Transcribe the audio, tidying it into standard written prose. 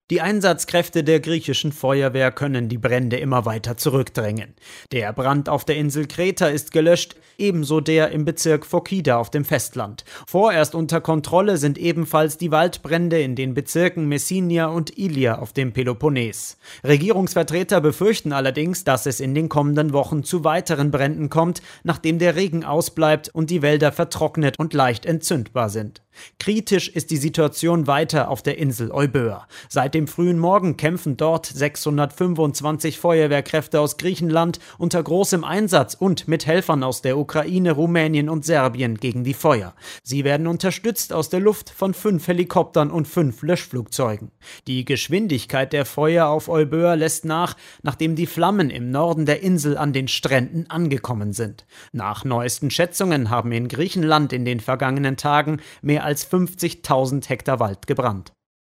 Die Einsatzkräfte der griechischen Feuerwehr können die Brände immer weiter zurückdrängen. Der Brand auf der Insel Kreta ist gelöscht, ebenso der im Bezirk Phokida auf dem Festland. Vorerst unter Kontrolle sind ebenfalls die Waldbrände in den Bezirken Messina und Ilia auf dem Peloponnes. Regierungsvertreter befürchten allerdings, dass es in den kommenden Wochen zu weiteren Bränden kommt, nachdem der Regen ausbleibt und die Wälder vertrocknet und leicht entzündbar sind. Kritisch ist die Situation weiter auf der Insel Euböa. Seit dem frühen Morgen kämpfen dort 625 Feuerwehrkräfte aus Griechenland unter großem Einsatz und mit Helfern aus der Ukraine, Rumänien und Serbien gegen die Feuer. Sie werden unterstützt aus der Luft von 5 Helikoptern und 5 Löschflugzeugen. Die Geschwindigkeit der Feuer auf Euböa lässt nach, nachdem die Flammen im Norden der Insel an den Stränden angekommen sind. Nach neuesten Schätzungen haben in Griechenland in den vergangenen Tagen mehr als 50.000 Hektar Wald gebrannt.